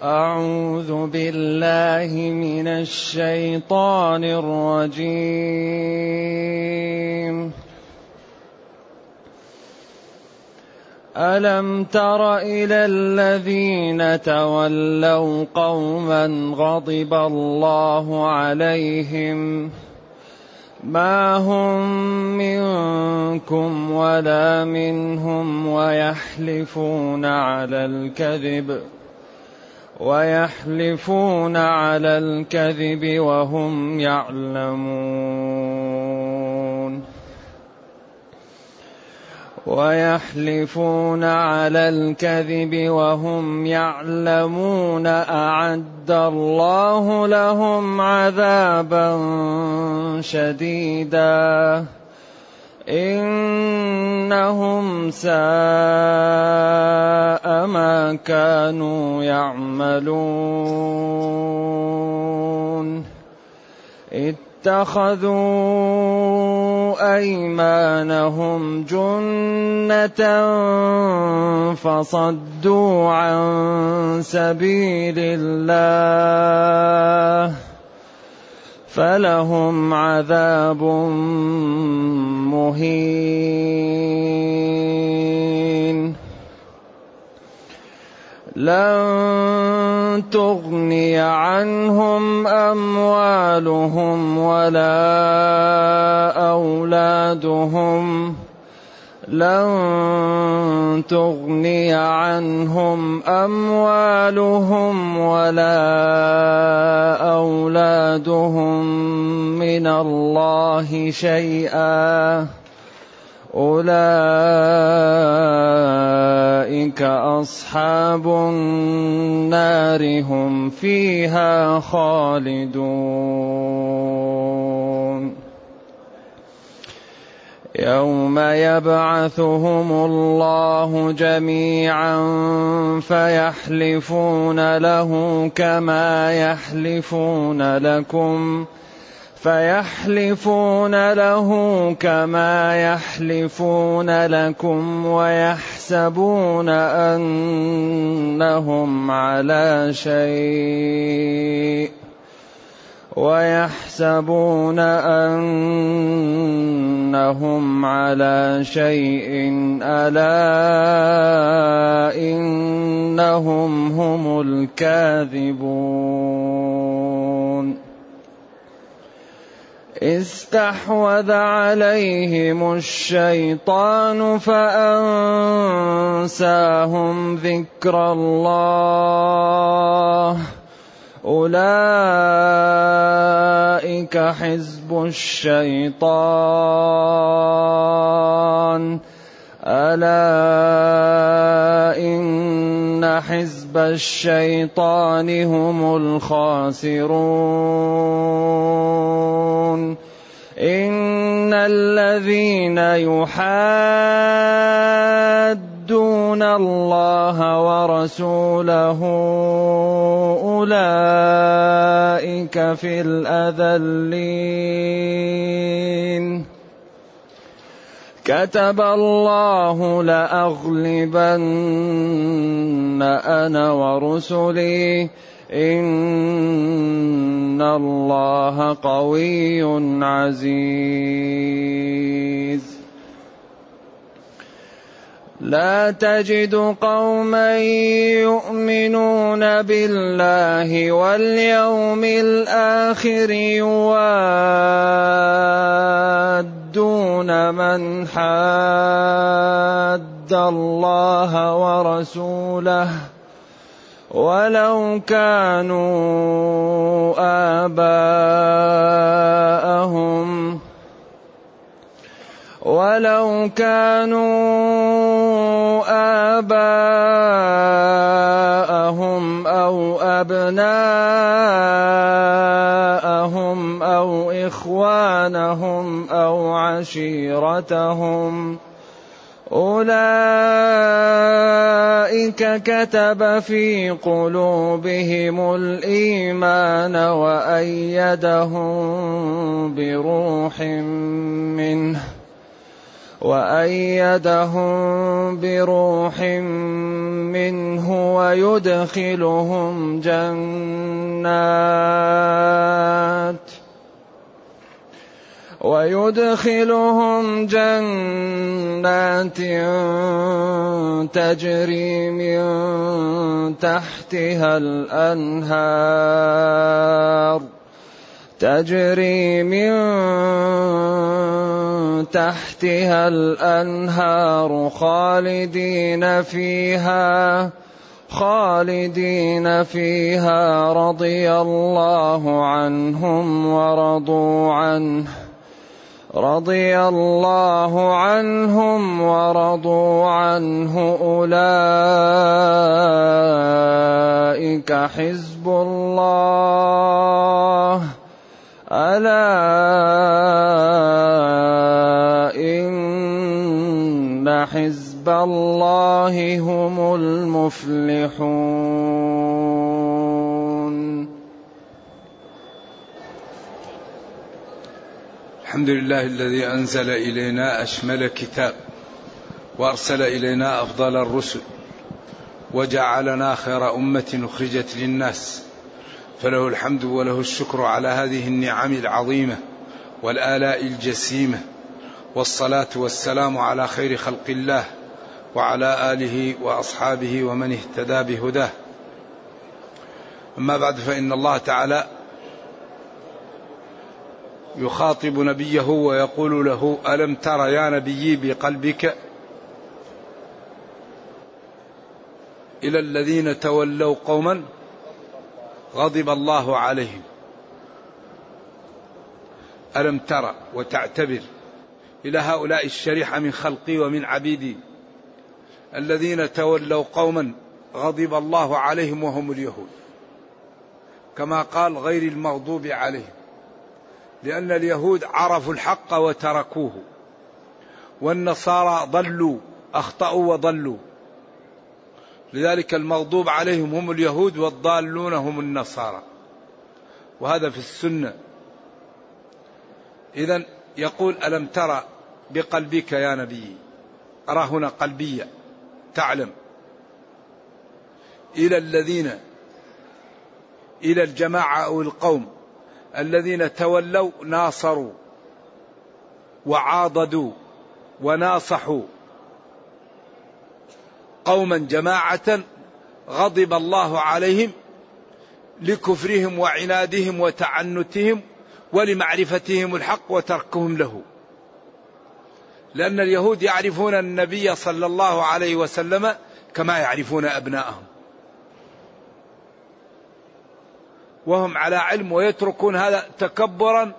أعوذ بالله من الشيطان الرجيم. ألم تر إلى الذين تولوا قوما غضب الله عليهم ما هم منكم ولا منهم ويحلفون على الكذب وهم يعلمون أعد الله لهم عذابا شديدا إنهم ساء ما كانوا يعملون. اتخذوا أيمانهم جنة فصدوا عن سبيل الله فلهم عذاب مهين. لن تغني عنهم أموالهم ولا أولادهم من الله شيئا أولئك أصحاب النار هم فيها خالدون. يوم يبعثهم الله جميعا فيحلفون له كما يحلفون لكم ويحسبون أنهم على شيء ألا إنهم هم الكاذبون. استحوذ عليهم الشيطان فأنساهم ذكر الله أولئك حزب الشيطان ألا إن حزب الشيطان هم الخاسرون. إن الذين يحادون الله ورسوله أولئك في الأذلين. كتب الله لأغلبن أنا ورسلي إن الله قوي عزيز. لا تجد قوما يؤمنون بالله واليوم الآخر يوادون من حاد الله ورسوله ولو كانوا آباءهم أو أبناءهم أو إخوانهم أو عشيرتهم أولئك كتب في قلوبهم الإيمان وأيدهم بروح منه ويدخلهم جنات تجري من تحتها الأنهار خالدين فيها رضي الله عنهم ورضوا عنه أولئك حزب الله ألا إن حزب الله هم المفلحون. الحمد لله الذي أنزل إلينا أشمل كتاب وأرسل إلينا أفضل الرسل وجعلنا خير أمة أخرجت للناس، فله الحمد وله الشكر على هذه النعم العظيمة والآلاء الجسيمة، والصلاة والسلام على خير خلق الله وعلى آله وأصحابه ومن اهتدى بهداه. أما بعد، فإن الله تعالى يخاطب نبيه ويقول له: ألم تر يا نبي بقلبك إلى الذين تولوا قوما غضب الله عليهم. ألم تر وتعتبر إلى هؤلاء الشريحة من خلقي ومن عبيدي الذين تولوا قوما غضب الله عليهم وهم اليهود، كما قال غير المغضوب عليهم، لأن اليهود عرفوا الحق وتركوه، والنصارى ضلوا أخطأوا وضلوا، لذلك المغضوب عليهم هم اليهود والضالون هم النصارى، وهذا في السنة. إذن يقول: ألم ترى بقلبك يا نبي، أرى هنا قلبية، تعلم، إلى الجماعة أو القوم الذين تولوا ناصروا وعاضدوا وناصحوا قوما جماعة غضب الله عليهم لكفرهم وعنادهم وتعنتهم ولمعرفتهم الحق وتركهم له. لأن اليهود يعرفون النبي صلى الله عليه وسلم كما يعرفون أبناءهم، وهم على علم، ويتركون هذا تكبرا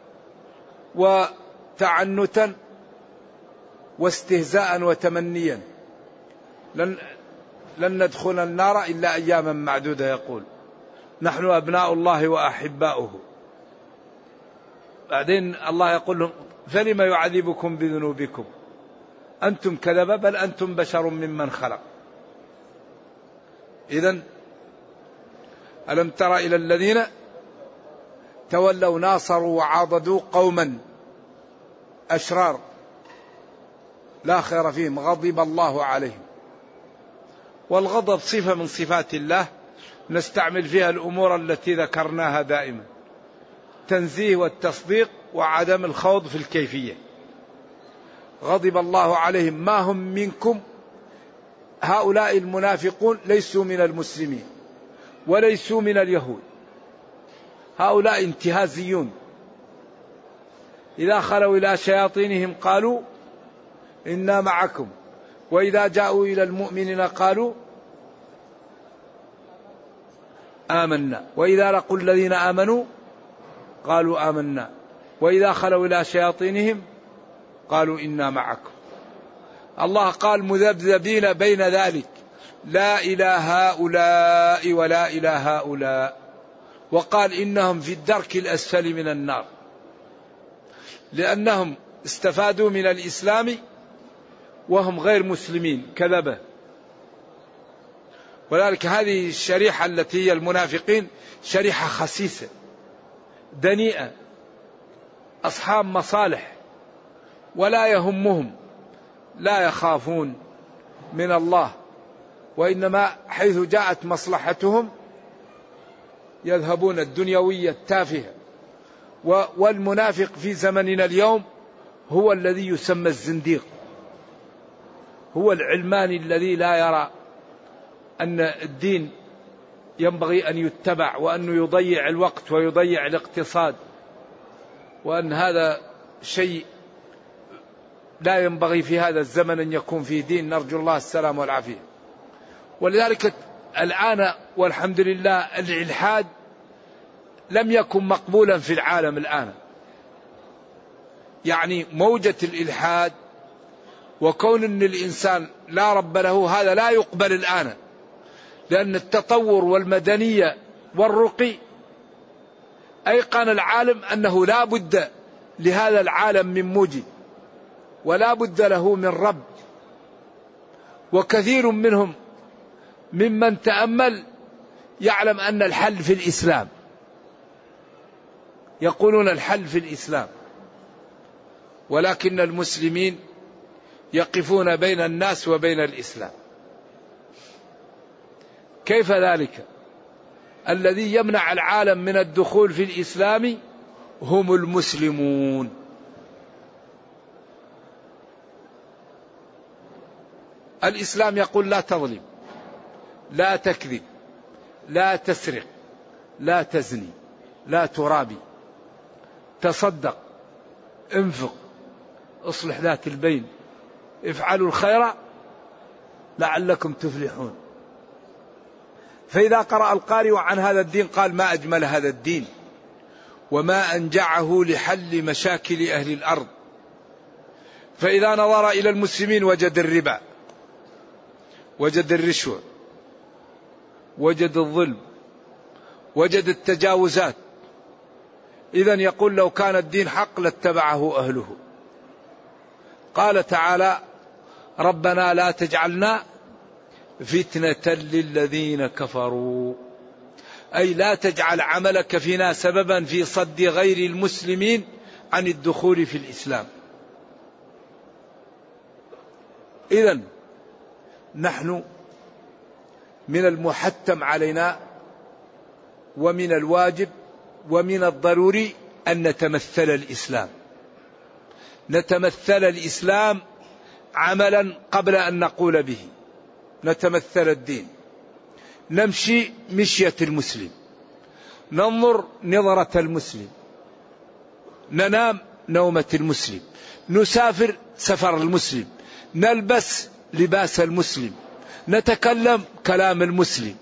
وتعنتا واستهزاء وتمنيا. لن ندخل النار إلا أياما معدودة، يقول: نحن أبناء الله وأحباؤه. بعدين الله يقول لهم: فلما يعذبكم بذنوبكم أنتم كذبة بل أنتم بشر ممن خلق. إذن ألم تر إلى الذين تولوا ناصروا وعاضدوا قوما أشرار لا خير فيهم غضب الله عليهم. والغضب صفة من صفات الله نستعمل فيها الأمور التي ذكرناها دائما: تنزيه والتصديق وعدم الخوض في الكيفية. غضب الله عليهم، ما هم منكم، هؤلاء المنافقون ليسوا من المسلمين وليسوا من اليهود، هؤلاء انتهازيون، إذا خلوا إلى شياطينهم قالوا إنا معكم، وإذا جاءوا إلى المؤمنين قالوا آمنا، وإذا لقوا الذين آمنوا قالوا آمنا، وإذا خلوا إلى شياطينهم قالوا إنا معكم. الله قال مذبذبين بين ذلك، لا إلى هؤلاء ولا إلى هؤلاء، وقال إنهم في الدرك الأسفل من النار، لأنهم استفادوا من الإسلام وهم غير مسلمين كذبة. ولذلك هذه الشريحة التي هي المنافقين شريحة خسيسة دنيئة، أصحاب مصالح، ولا يهمهم، لا يخافون من الله وإنما حيث جاءت مصلحتهم يذهبون الدنيوية التافهة. والمنافق في زمننا اليوم هو الذي يسمى الزنديق، هو العلماني الذي لا يرى أن الدين ينبغي أن يتبع، وأنه يضيع الوقت ويضيع الاقتصاد، وأن هذا شيء لا ينبغي في هذا الزمن أن يكون فيه دين، نرجو الله السلام والعافية. ولذلك الآن والحمد لله الإلحاد لم يكن مقبولا في العالم الآن، يعني موجة الإلحاد وكون أن الإنسان لا رب له هذا لا يقبل الآن، لأن التطور والمدنية والرقي أيقن العالم أنه لا بد لهذا العالم من موجد ولا بد له من رب. وكثير منهم ممن تأمل يعلم أن الحل في الإسلام، يقولون الحل في الإسلام، ولكن المسلمين يقفون بين الناس وبين الإسلام. كيف ذلك؟ الذي يمنع العالم من الدخول في الإسلام هم المسلمون. الإسلام يقول لا تظلم، لا تكذب، لا تسرق، لا تزني، لا ترابي، تصدق، انفق، اصلح ذات البين، افعلوا الخير لعلكم تفلحون. فإذا قرأ القارئ عن هذا الدين قال ما أجمل هذا الدين وما أنجعه لحل مشاكل أهل الأرض. فإذا نظر إلى المسلمين وجد الربا، وجد الرشوة، وجد الظلم، وجد التجاوزات. إذن يقول لو كان الدين حق لاتبعه أهله. قال تعالى ربنا لا تجعلنا فتنة للذين كفروا، أي لا تجعل عملك فينا سببا في صد غير المسلمين عن الدخول في الإسلام. إذن نحن من المحتم علينا ومن الواجب ومن الضروري أن نتمثل الإسلام، نتمثل الإسلام عملا قبل أن نقول به، نتمثل الدين، نمشي مشية المسلم، ننظر نظرة المسلم، ننام نومة المسلم، نسافر سفر المسلم، نلبس لباس المسلم، نتكلم كلام المسلم.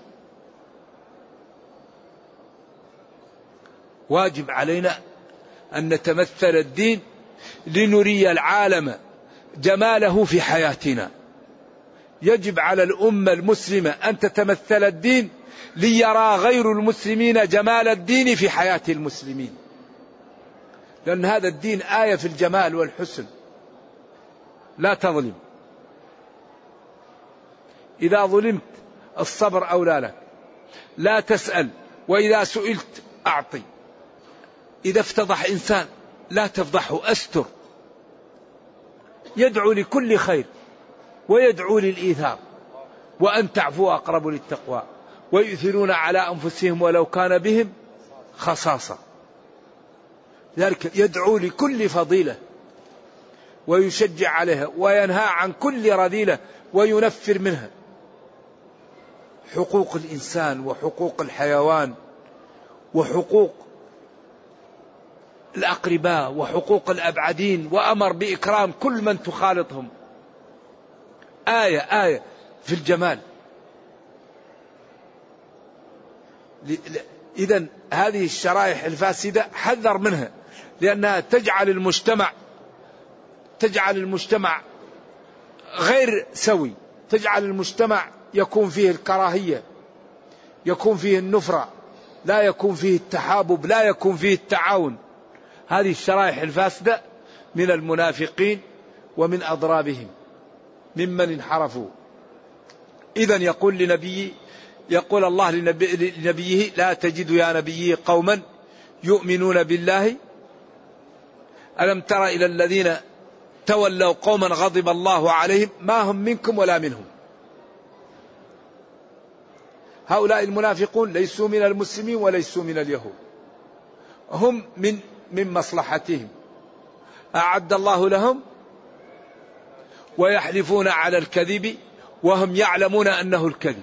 واجب علينا أن نتمثل الدين لنري العالم جماله في حياتنا. يجب على الأمة المسلمة أن تتمثل الدين ليرى غير المسلمين جمال الدين في حياة المسلمين، لأن هذا الدين آية في الجمال والحسن. لا تظلم، إذا ظلمت الصبر أولى لك، لا تسأل، وإذا سئلت أعطي، إذا افتضح إنسان لا تفضحه، أستر، يدعو لكل خير ويدعو للإيثار، وأن تعفوا أقرب للتقوى، ويؤثرون على أنفسهم ولو كان بهم خصاصة. ذلك يدعو لكل فضيلة ويشجع عليها وينهى عن كل رذيلة وينفر منها. حقوق الإنسان وحقوق الحيوان وحقوق الأقرباء وحقوق الأبعدين، وأمر بإكرام كل من تخالطهم. آية في الجمال. إذن هذه الشرائح الفاسدة حذر منها، لأنها تجعل المجتمع غير سوي، تجعل المجتمع يكون فيه الكراهية، يكون فيه النفرة، لا يكون فيه التحابب، لا يكون فيه التعاون. هذه الشرائح الفاسدة من المنافقين ومن أضرابهم ممن انحرفوا. إذن يقول الله لنبيه لا تجد يا نبي قوما يؤمنون بالله. ألم تر إلى الذين تولوا قوما غضب الله عليهم ما هم منكم ولا منهم. هؤلاء المنافقون ليسوا من المسلمين وليسوا من اليهود، هم من مصلحتهم أعد الله لهم، ويحلفون على الكذب وهم يعلمون أنه الكذب.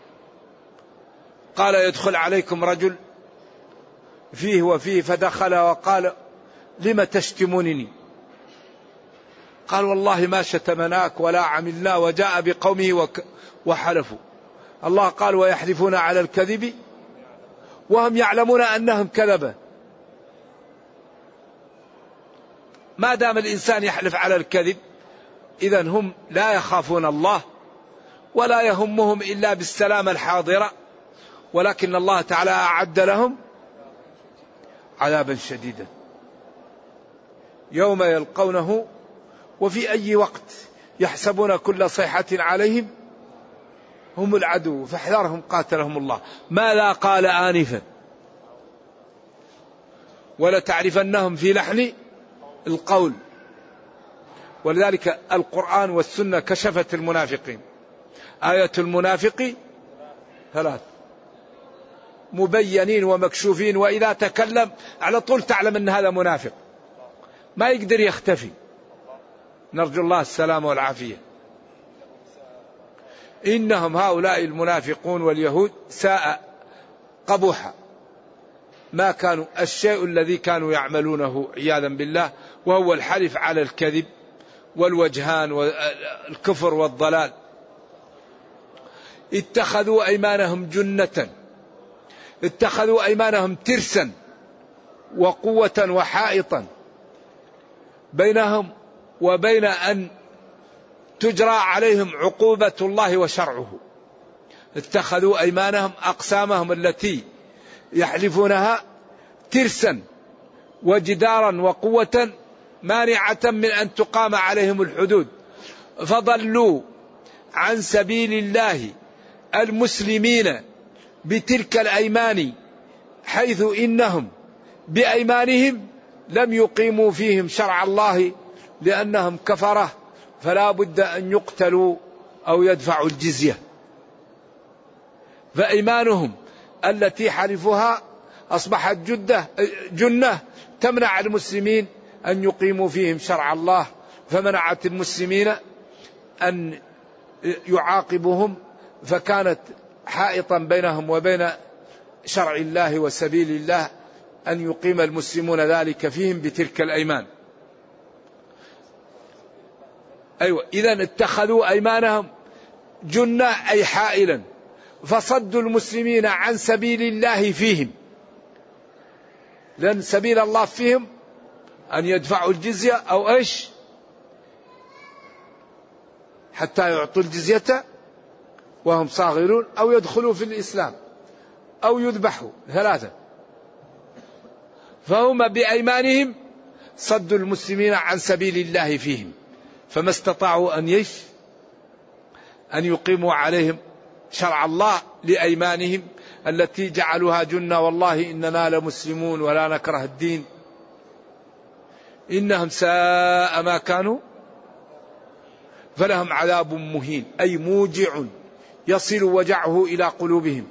قال يدخل عليكم رجل فيه وفيه، فدخل وقال لم تشتمونني؟ قال والله ما شتمناك ولا عملنا، وجاء بقومه وحلفوا. الله قال ويحلفون على الكذب وهم يعلمون أنهم كذبة. ما دام الإنسان يحلف على الكذب إذن هم لا يخافون الله ولا يهمهم إلا بالسلامة الحاضرة، ولكن الله تعالى أعد لهم عذابا شديدا يوم يلقونه وفي أي وقت يحسبون كل صيحة عليهم هم العدو فاحذرهم قاتلهم الله. ماذا قال آنفا؟ ولتعرفنهم في لحن القول. ولذلك القرآن والسنة كشفت المنافقين. آية المنافق ثلاث: مبينين ومكشوفين، وإذا تكلم على طول تعلم أن هذا منافق، ما يقدر يختفي. نرجو الله السلامة والعافية. إنهم هؤلاء المنافقون واليهود ساء قبح ما كانوا، الشيء الذي كانوا يعملونه عياذا بالله، وهو الحلف على الكذب والوجهان والكفر والضلال. اتخذوا أيمانهم جنة، اتخذوا أيمانهم ترسا وقوة وحائطا بينهم وبين أن تجرى عليهم عقوبة الله وشرعه. اتخذوا أيمانهم أقسامهم التي يحلفونها ترسا وجدارا وقوة مانعة من أن تقام عليهم الحدود، فضلوا عن سبيل الله المسلمين بتلك الأيمان، حيث إنهم بأيمانهم لم يقيموا فيهم شرع الله لأنهم كفرة، فلا بد أن يقتلوا أو يدفعوا الجزية. فأيمانهم التي حلفوها أصبحت جنة تمنع المسلمين أن يقيموا فيهم شرع الله، فمنعت المسلمين أن يعاقبهم، فكانت حائطا بينهم وبين شرع الله وسبيل الله أن يقيم المسلمون ذلك فيهم بتلك الأيمان. أيوة، إذن اتخذوا أيمانهم جنة أي حائلا، فصدوا المسلمين عن سبيل الله فيهم، لأن سبيل الله فيهم أن يدفعوا الجزية أو إيش حتى يعطوا الجزية وهم صاغرون، أو يدخلوا في الإسلام أو يذبحوا، ثلاثة. فهم بأيمانهم صدوا المسلمين عن سبيل الله فيهم، فما استطاعوا أن يقيموا عليهم شرع الله لأيمانهم التي جعلوها جنة. والله إننا لمسلمون ولا نكره الدين. إنهم ساء ما كانوا، فلهم عذاب مهين أي موجع يصل وجعه إلى قلوبهم.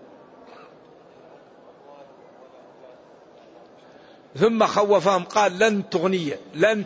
ثم خوفهم قال لن تغني، لن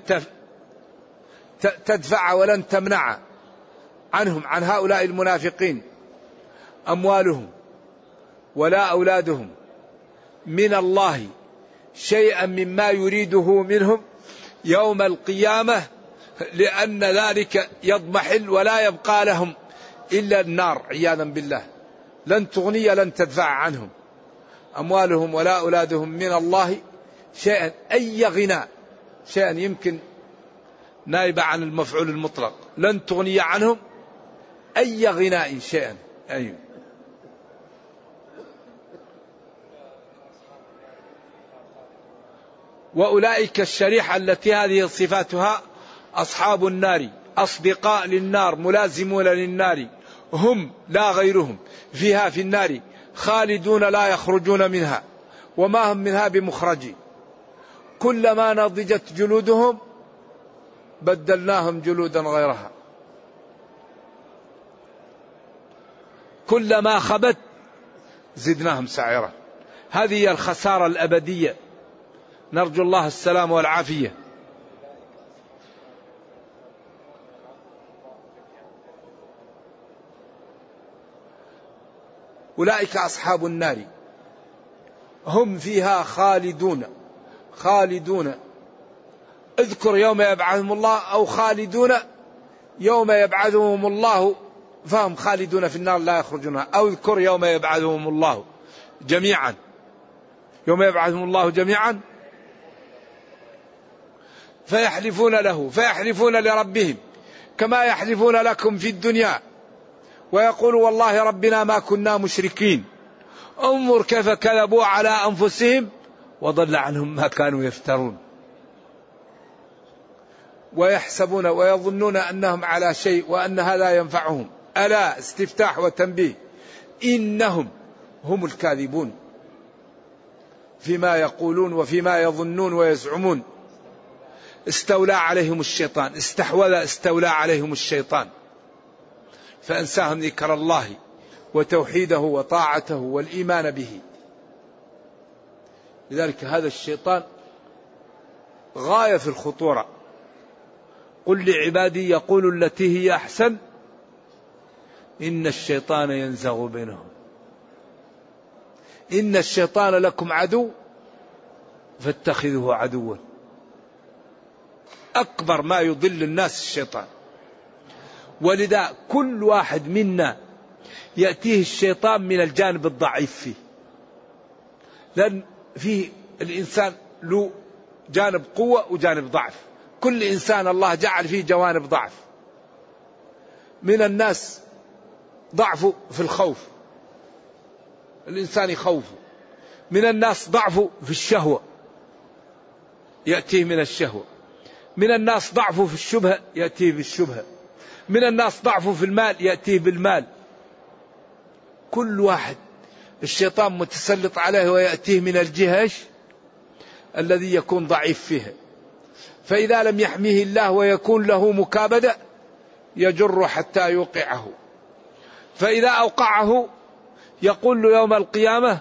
تدفع ولن تمنع عنهم، عن هؤلاء المنافقين، أموالهم ولا أولادهم من الله شيئا مما يريده منهم يوم القيامة، لأن ذلك يضمحل ولا يبقى لهم إلا النار عياذا بالله. لن تغني، لن تدفع عنهم أموالهم ولا أولادهم من الله شيئا، أي غنى، شيئا يمكن نائب عن المفعول المطلق، لن تغني عنهم أي غناء شيئا. أيوه. وأولئك الشريحة التي هذه صفاتها أصحاب النار، أصدقاء للنار، ملازمون للنار، هم لا غيرهم فيها في النار خالدون لا يخرجون منها وما هم منها بمخرجين. كلما نضجت جلودهم بدلناهم جلودا غيرها، كلما خبت زدناهم سعيرا. هذه هي الخسارة الأبدية، نرجو الله السلام والعافية. أولئك أصحاب النار هم فيها خالدون. اذكر يوم يبعثهم الله، أو خالدون يوم يبعثهم الله فهم خالدون في النار لا يخرجونها، أو اذكر يوم يبعثهم الله جميعا، يوم يبعثهم الله جميعا فيحلفون لربهم كما يحلفون لكم في الدنيا، ويقولوا والله ربنا ما كنا مشركين. انظر كيف كذبوا على أنفسهم وضل عنهم ما كانوا يفترون. ويحسبون ويظنون أنهم على شيء وأن هذا ينفعهم. ألا، استفتاح وتنبيه، إنهم هم الكاذبون فيما يقولون وفيما يظنون ويزعمون. استولى عليهم الشيطان، استولى عليهم الشيطان فأنساهم ذكر الله وتوحيده وطاعته والإيمان به. لذلك هذا الشيطان غاية في الخطورة. قل لعبادي يقولوا التي هي أحسن إن الشيطان ينزغ بينهم، إن الشيطان لكم عدو فاتخذوه عدوا. أكبر ما يضل الناس الشيطان. ولذا كل واحد منا يأتيه الشيطان من الجانب الضعيف فيه، لأن فيه الإنسان له جانب قوة وجانب ضعف. كل إنسان الله جعل فيه جوانب ضعف. من الناس ضعفه في الخوف، الإنسان يخوفه. من الناس ضعفه في الشهوة، يأتيه من الشهوة. من الناس ضعفه في الشبهة، يأتيه بالشبهة. من الناس ضعفه في المال، يأتيه بالمال. كل واحد الشيطان متسلط عليه ويأتيه من الجهة الذي يكون ضعيف فيها. فإذا لم يحميه الله ويكون له مكابدة يجر حتى يوقعه. فإذا أوقعه يقول له يوم القيامة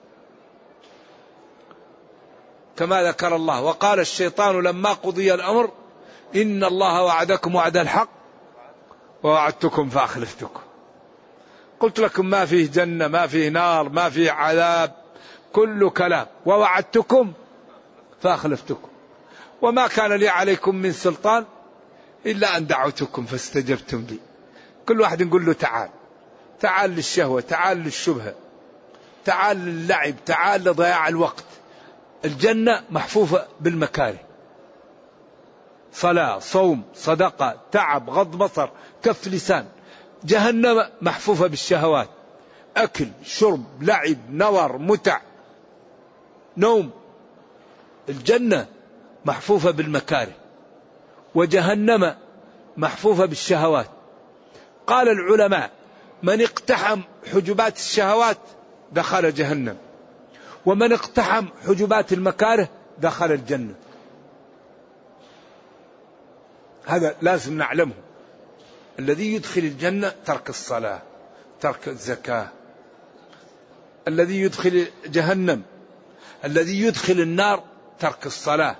كما ذكر الله: وقال الشيطان لما قضي الأمر إن الله وعدكم وعد الحق ووعدتكم فأخلفتكم. قلت لكم ما فيه جنة، ما فيه نار، ما فيه عذاب، كل كلام. ووعدتكم فأخلفتكم وما كان لي عليكم من سلطان إلا أن دعوتكم فاستجبتم لي. كل واحد نقول له تعال للشهوة، تعال للشبهة، تعال للعب، تعال لضياع الوقت. الجنة محفوفة بالمكاره: صلاة، صوم، صدقة، تعب، غض بصر، كف لسان. جهنم محفوفة بالشهوات: أكل، شرب، لعب، نظر، متع، نوم. الجنة محفوفة بالمكاره، وجهنم محفوفة بالشهوات. قال العلماء: من اقتحم حجبات الشهوات دخل جهنم، ومن اقتحم حجبات المكاره دخل الجنة. هذا لازم نعلمه. الذي يدخل الجنة ترك الصلاة، ترك الزكاة. الذي يدخل جهنم، الذي يدخل النار ترك الصلاة،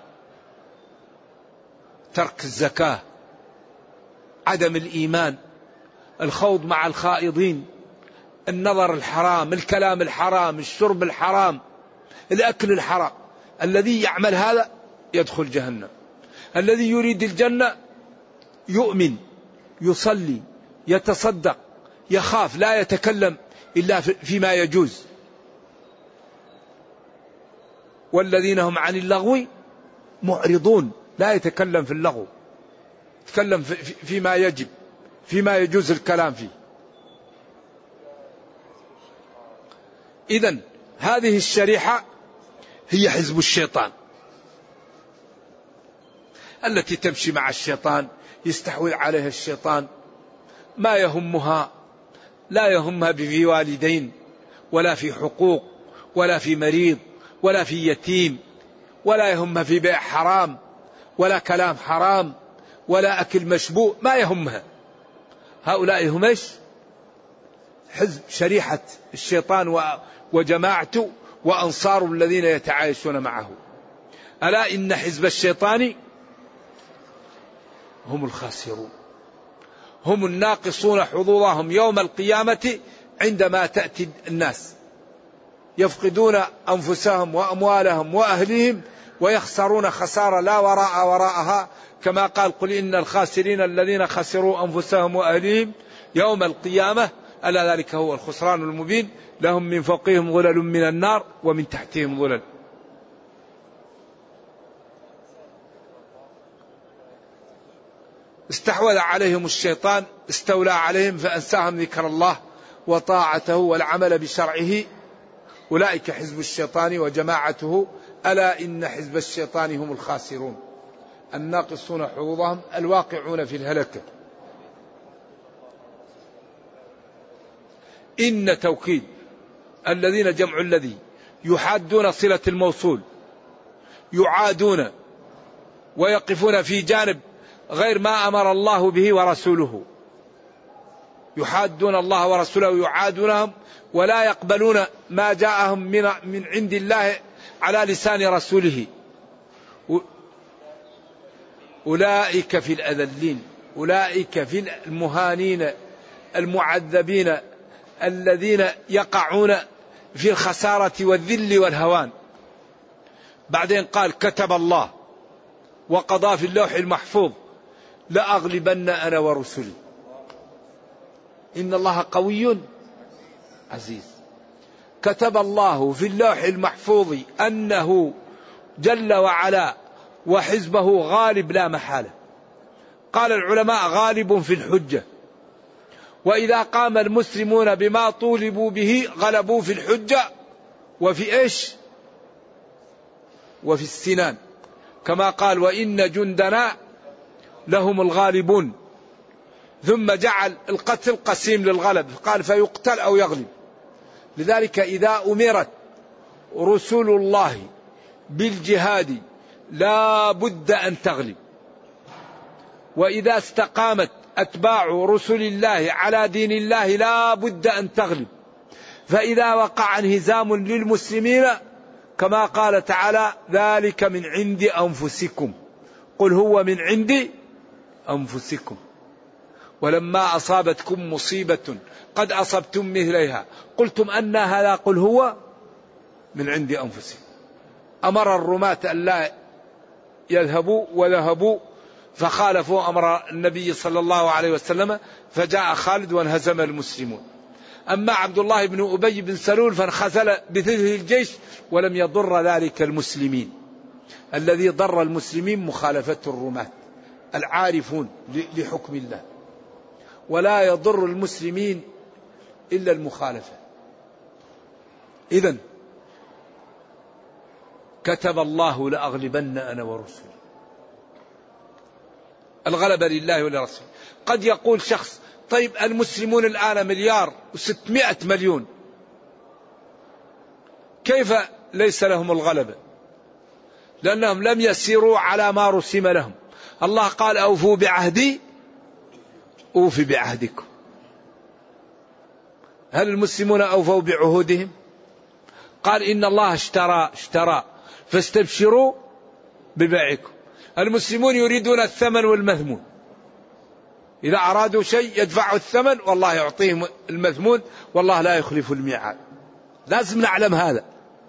ترك الزكاة، عدم الإيمان، الخوض مع الخائضين، النظر الحرام، الكلام الحرام، الشرب الحرام، الأكل الحرام. الذي يعمل هذا يدخل جهنم. الذي يريد الجنة يؤمن، يصلي، يتصدق، يخاف، لا يتكلم إلا فيما يجوز. والذين هم عن اللغو معرضون، لا يتكلم في اللغو، يتكلم فيما يجب، فيما يجوز الكلام فيه. إذن هذه الشريحة هي حزب الشيطان التي تمشي مع الشيطان، يستحوذ عليها الشيطان. ما يهمها، لا يهمها في والدين، ولا في حقوق، ولا في مريض، ولا في يتيم، ولا يهمها في بيع حرام، ولا كلام حرام، ولا أكل مشبوه. ما يهمها. هؤلاء هم حزب شريحة الشيطان وجماعته وأنصار الذين يتعايشون معه. ألا إن حزب الشيطان هم الخاسرون، هم الناقصون حظوظهم يوم القيامة عندما تأتي الناس يفقدون أنفسهم وأموالهم وأهليهم ويخسرون خسارة لا وراءها، كما قال قل إن الخاسرين الذين خسروا أنفسهم وأهليهم يوم القيامة ألا ذلك هو الخسران المبين، لهم من فوقهم ظلل من النار ومن تحتهم ظلل. استحوذ عليهم الشيطان، استولى عليهم فأنساهم ذكر الله وطاعته والعمل بشرعه، أولئك حزب الشيطان وجماعته ألا إن حزب الشيطان هم الخاسرون الناقصون حظوظهم الواقعون في الهلكة. إن توكيد الذين جمع الذي يحادون صلة الموصول، يعادون ويقفون في جانب غير ما أمر الله به ورسوله، يحادون الله ورسوله يعادونهم ولا يقبلون ما جاءهم من عند الله على لسان رسوله، أولئك في الأذلين، أولئك في المهانين المعذبين الذين يقعون في الخسارة والذل والهوان. بعدين قال كتب الله وقضى في اللوح المحفوظ لأغلبن أنا ورسلي إن الله قوي عزيز. كتب الله في اللوح المحفوظ أنه جل وعلا وحزبه غالب لا محالة. قال العلماء غالب في الحجة، وإذا قام المسلمون بما طولبوا به غلبوا في الحجة وفي إيش؟ وفي السنان، كما قال وإن جندنا لهم الغالبون. ثم جعل القتل قسيم للغلب، قال فيقتل أو يغلب. لذلك إذا أمرت رسول الله بالجهاد لا بد أن تغلب، وإذا استقامت أتباع رسل الله على دين الله لا بد أن تغلب. فإذا وقع انهزام للمسلمين كما قال تعالى ذلك من عند أنفسكم، قل هو من عند أنفسكم، ولما أصابتكم مصيبة قد أصبتم مثليها قلتم أن هذا، قل هو من عند أنفسكم. أمر الرماة أن لا يذهبوا وذهبوا فخالفوا أمر النبي صلى الله عليه وسلم، فجاء خالد وانهزم المسلمون. أما عبد الله بن أبي بن سلول فانخزل بثلث الجيش ولم يضر ذلك المسلمين. الذي ضر المسلمين مخالفة الرماة العارفون لحكم الله، ولا يضر المسلمين إلا المخالفة. إذن كتب الله لأغلبن أنا ورسلي، الغلبة لله ولرسوله. قد يقول شخص طيب المسلمون الآن 1,600,000,000 كيف ليس لهم الغلبة؟ لأنهم لم يسيروا على ما رسم لهم. الله قال أوفوا بعهدي أوفي بعهدكم. هل المسلمون أوفوا بعهودهم؟ قال إن الله اشترى فاستبشروا ببيعكم. المسلمون يريدون الثمن والمثمون، إذا أرادوا شيء يدفعوا الثمن والله يعطيهم المثمون، والله لا يخلف الميعاد. لازم نعلم هذا.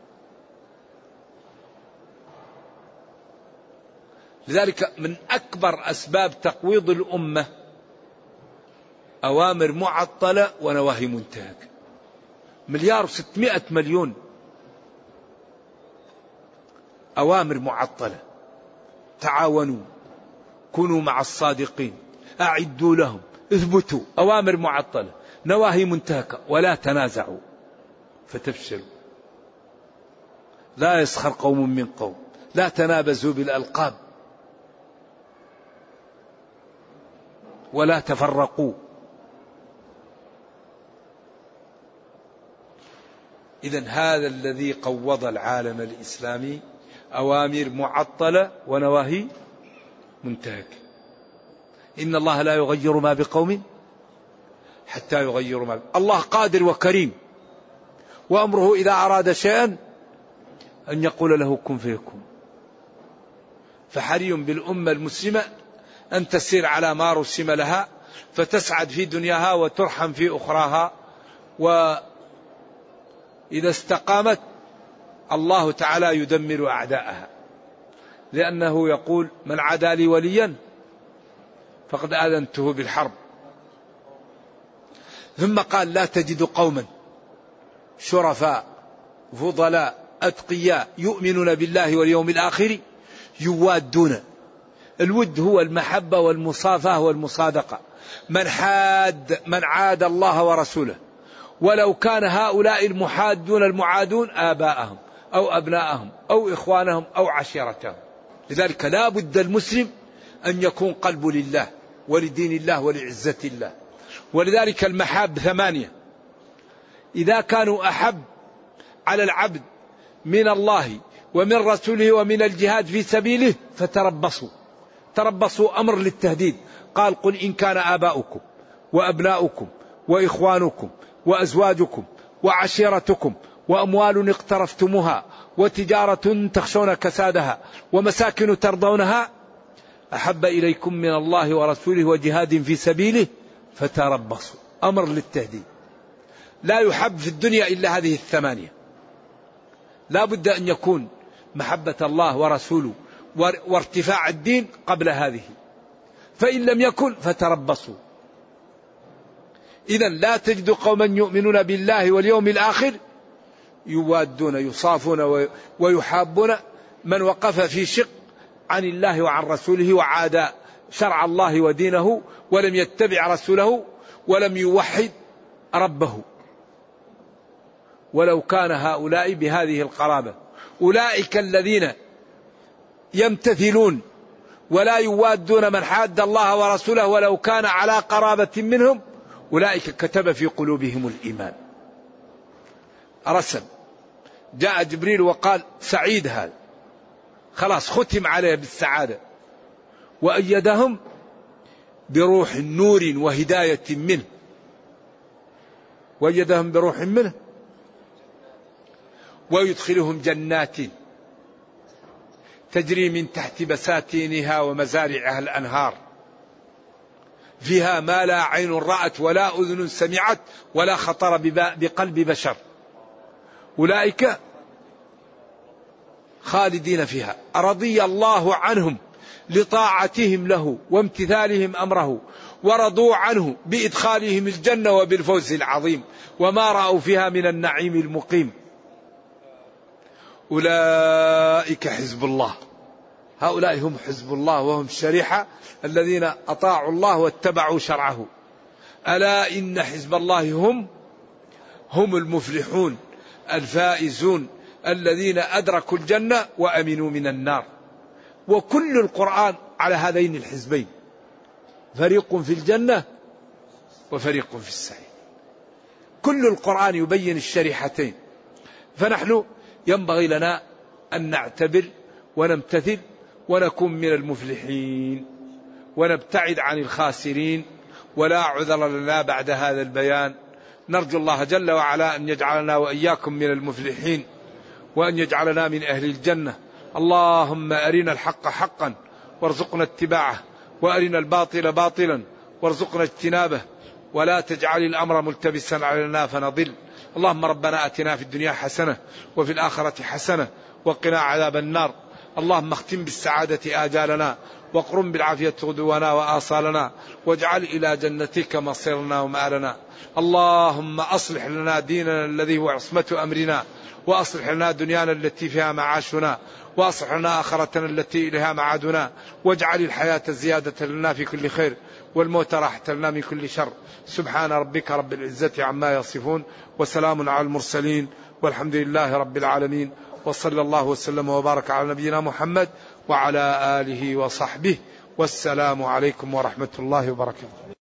لذلك من أكبر أسباب تقويض الأمة أوامر معطلة ونواهي منتهكة. 1,600,000,000 أوامر معطلة، تعاونوا، كونوا مع الصادقين، أعدوا لهم، اثبتوا، أوامر معطلة، نواهي منتهكة، ولا تنازعوا فتفشلوا. لا يسخر قوم من قوم، لا تنابزوا بالألقاب، ولا تفرقوا. إذن هذا الذي قوض العالم الإسلامي، أوامر معطلة ونواهي منتهكة. إن الله لا يغير ما بقوم حتى يغيروا ما. الله قادر وكريم، وأمره إذا أراد شيئا أن يقول له كن فيكون. فحري بالأمة المسلمة أن تسير على ما رسم لها، فتسعد في دنياها وترحم في أخراها. وإذا استقامت الله تعالى يدمر أعداءها، لأنه يقول من عادى لي وليا فقد آذنته بالحرب. ثم قال لا تجد قوما شرفاء فضلاء أتقياء يؤمنون بالله واليوم الآخر يوادون. الود هو المحبة والمصافاة والمصادقة. من عاد الله ورسوله ولو كان هؤلاء المحادون المعادون آباءهم أو أبناءهم أو إخوانهم أو عشيرتهم. لذلك لا بد المسلم أن يكون قلبه لله ولدين الله ولعزة الله. ولذلك المحاب 8، إذا كانوا أحب على العبد من الله ومن رسوله ومن الجهاد في سبيله فتربصوا أمر للتهديد. قال قل إن كان آباؤكم وأبناؤكم وإخوانكم وأزواجكم وعشيرتكم وأموال اقترفتموها وتجارة تخشون كسادها ومساكن ترضونها أحب إليكم من الله ورسوله وجهاد في سبيله فتربصوا. أمر للتهديد. لا يحب في الدنيا إلا هذه 8. لا بد أن يكون محبة الله ورسوله وارتفاع الدين قبل هذه، فإن لم يكن فتربصوا. إذن لا تجد قوما يؤمنون بالله واليوم الآخر يوادون يصافون ويحابون من وقف في شق عن الله وعن رسوله وعاد شرع الله ودينه ولم يتبع رسوله ولم يوحد ربه، ولو كان هؤلاء بهذه القرابة. أولئك الذين يمتثلون ولا يوادون من حاد الله ورسوله ولو كان على قرابة منهم، أولئك كتب في قلوبهم الإيمان. رسم جاء جبريل وقال سعيد هذا، خلاص ختم عليه بالسعادة، وأيدهم بروح نور وهداية منه. وأيدهم بروح منه ويدخلهم جنات تجري من تحت بساتينها ومزارعها الأنهار فيها ما لا عين رأت ولا أذن سمعت ولا خطر بقلب بشر. أولئك خالدين فيها رضي الله عنهم لطاعتهم له وامتثالهم أمره ورضوا عنه بإدخالهم الجنة وبالفوز العظيم وما رأوا فيها من النعيم المقيم. أولئك حزب الله. هؤلاء هم حزب الله وهم الشريحة الذين أطاعوا الله واتبعوا شرعه. ألا إن حزب الله هم المفلحون الفائزون الذين أدركوا الجنة وأمنوا من النار. وكل القرآن على هذين الحزبين، فريق في الجنة وفريق في السعير. كل القرآن يبين الشريحتين. فنحن ينبغي لنا أن نعتبر ونمتثل ونكون من المفلحين ونبتعد عن الخاسرين، ولا عذر لنا بعد هذا البيان. نرجو الله جل وعلا أن يجعلنا وإياكم من المفلحين وأن يجعلنا من أهل الجنة. اللهم أرنا الحق حقا وارزقنا اتباعه، وأرنا الباطل باطلا وارزقنا اجتنابه، ولا تجعل الأمر ملتبسا علينا فنضل. اللهم ربنا أتنا في الدنيا حسنة وفي الآخرة حسنة وقنا عذاب النار. اللهم اختم بالسعادة آجالنا واقرم بالعافية غدونا وآصالنا، واجعل إلى جنتك مصيرنا ومآلنا. اللهم أصلح لنا ديننا الذي هو عصمة أمرنا، وأصلح لنا دنيانا التي فيها معاشنا، وأصلح لنا آخرتنا التي إليها معادنا، واجعل الحياة زيادة لنا في كل خير والموت راحة لنا من كل شر. سبحان ربك رب العزة عما يصفون وسلام على المرسلين والحمد لله رب العالمين، وصلى الله وسلم وبارك على نبينا محمد وعلى آله وصحبه، والسلام عليكم ورحمة الله وبركاته.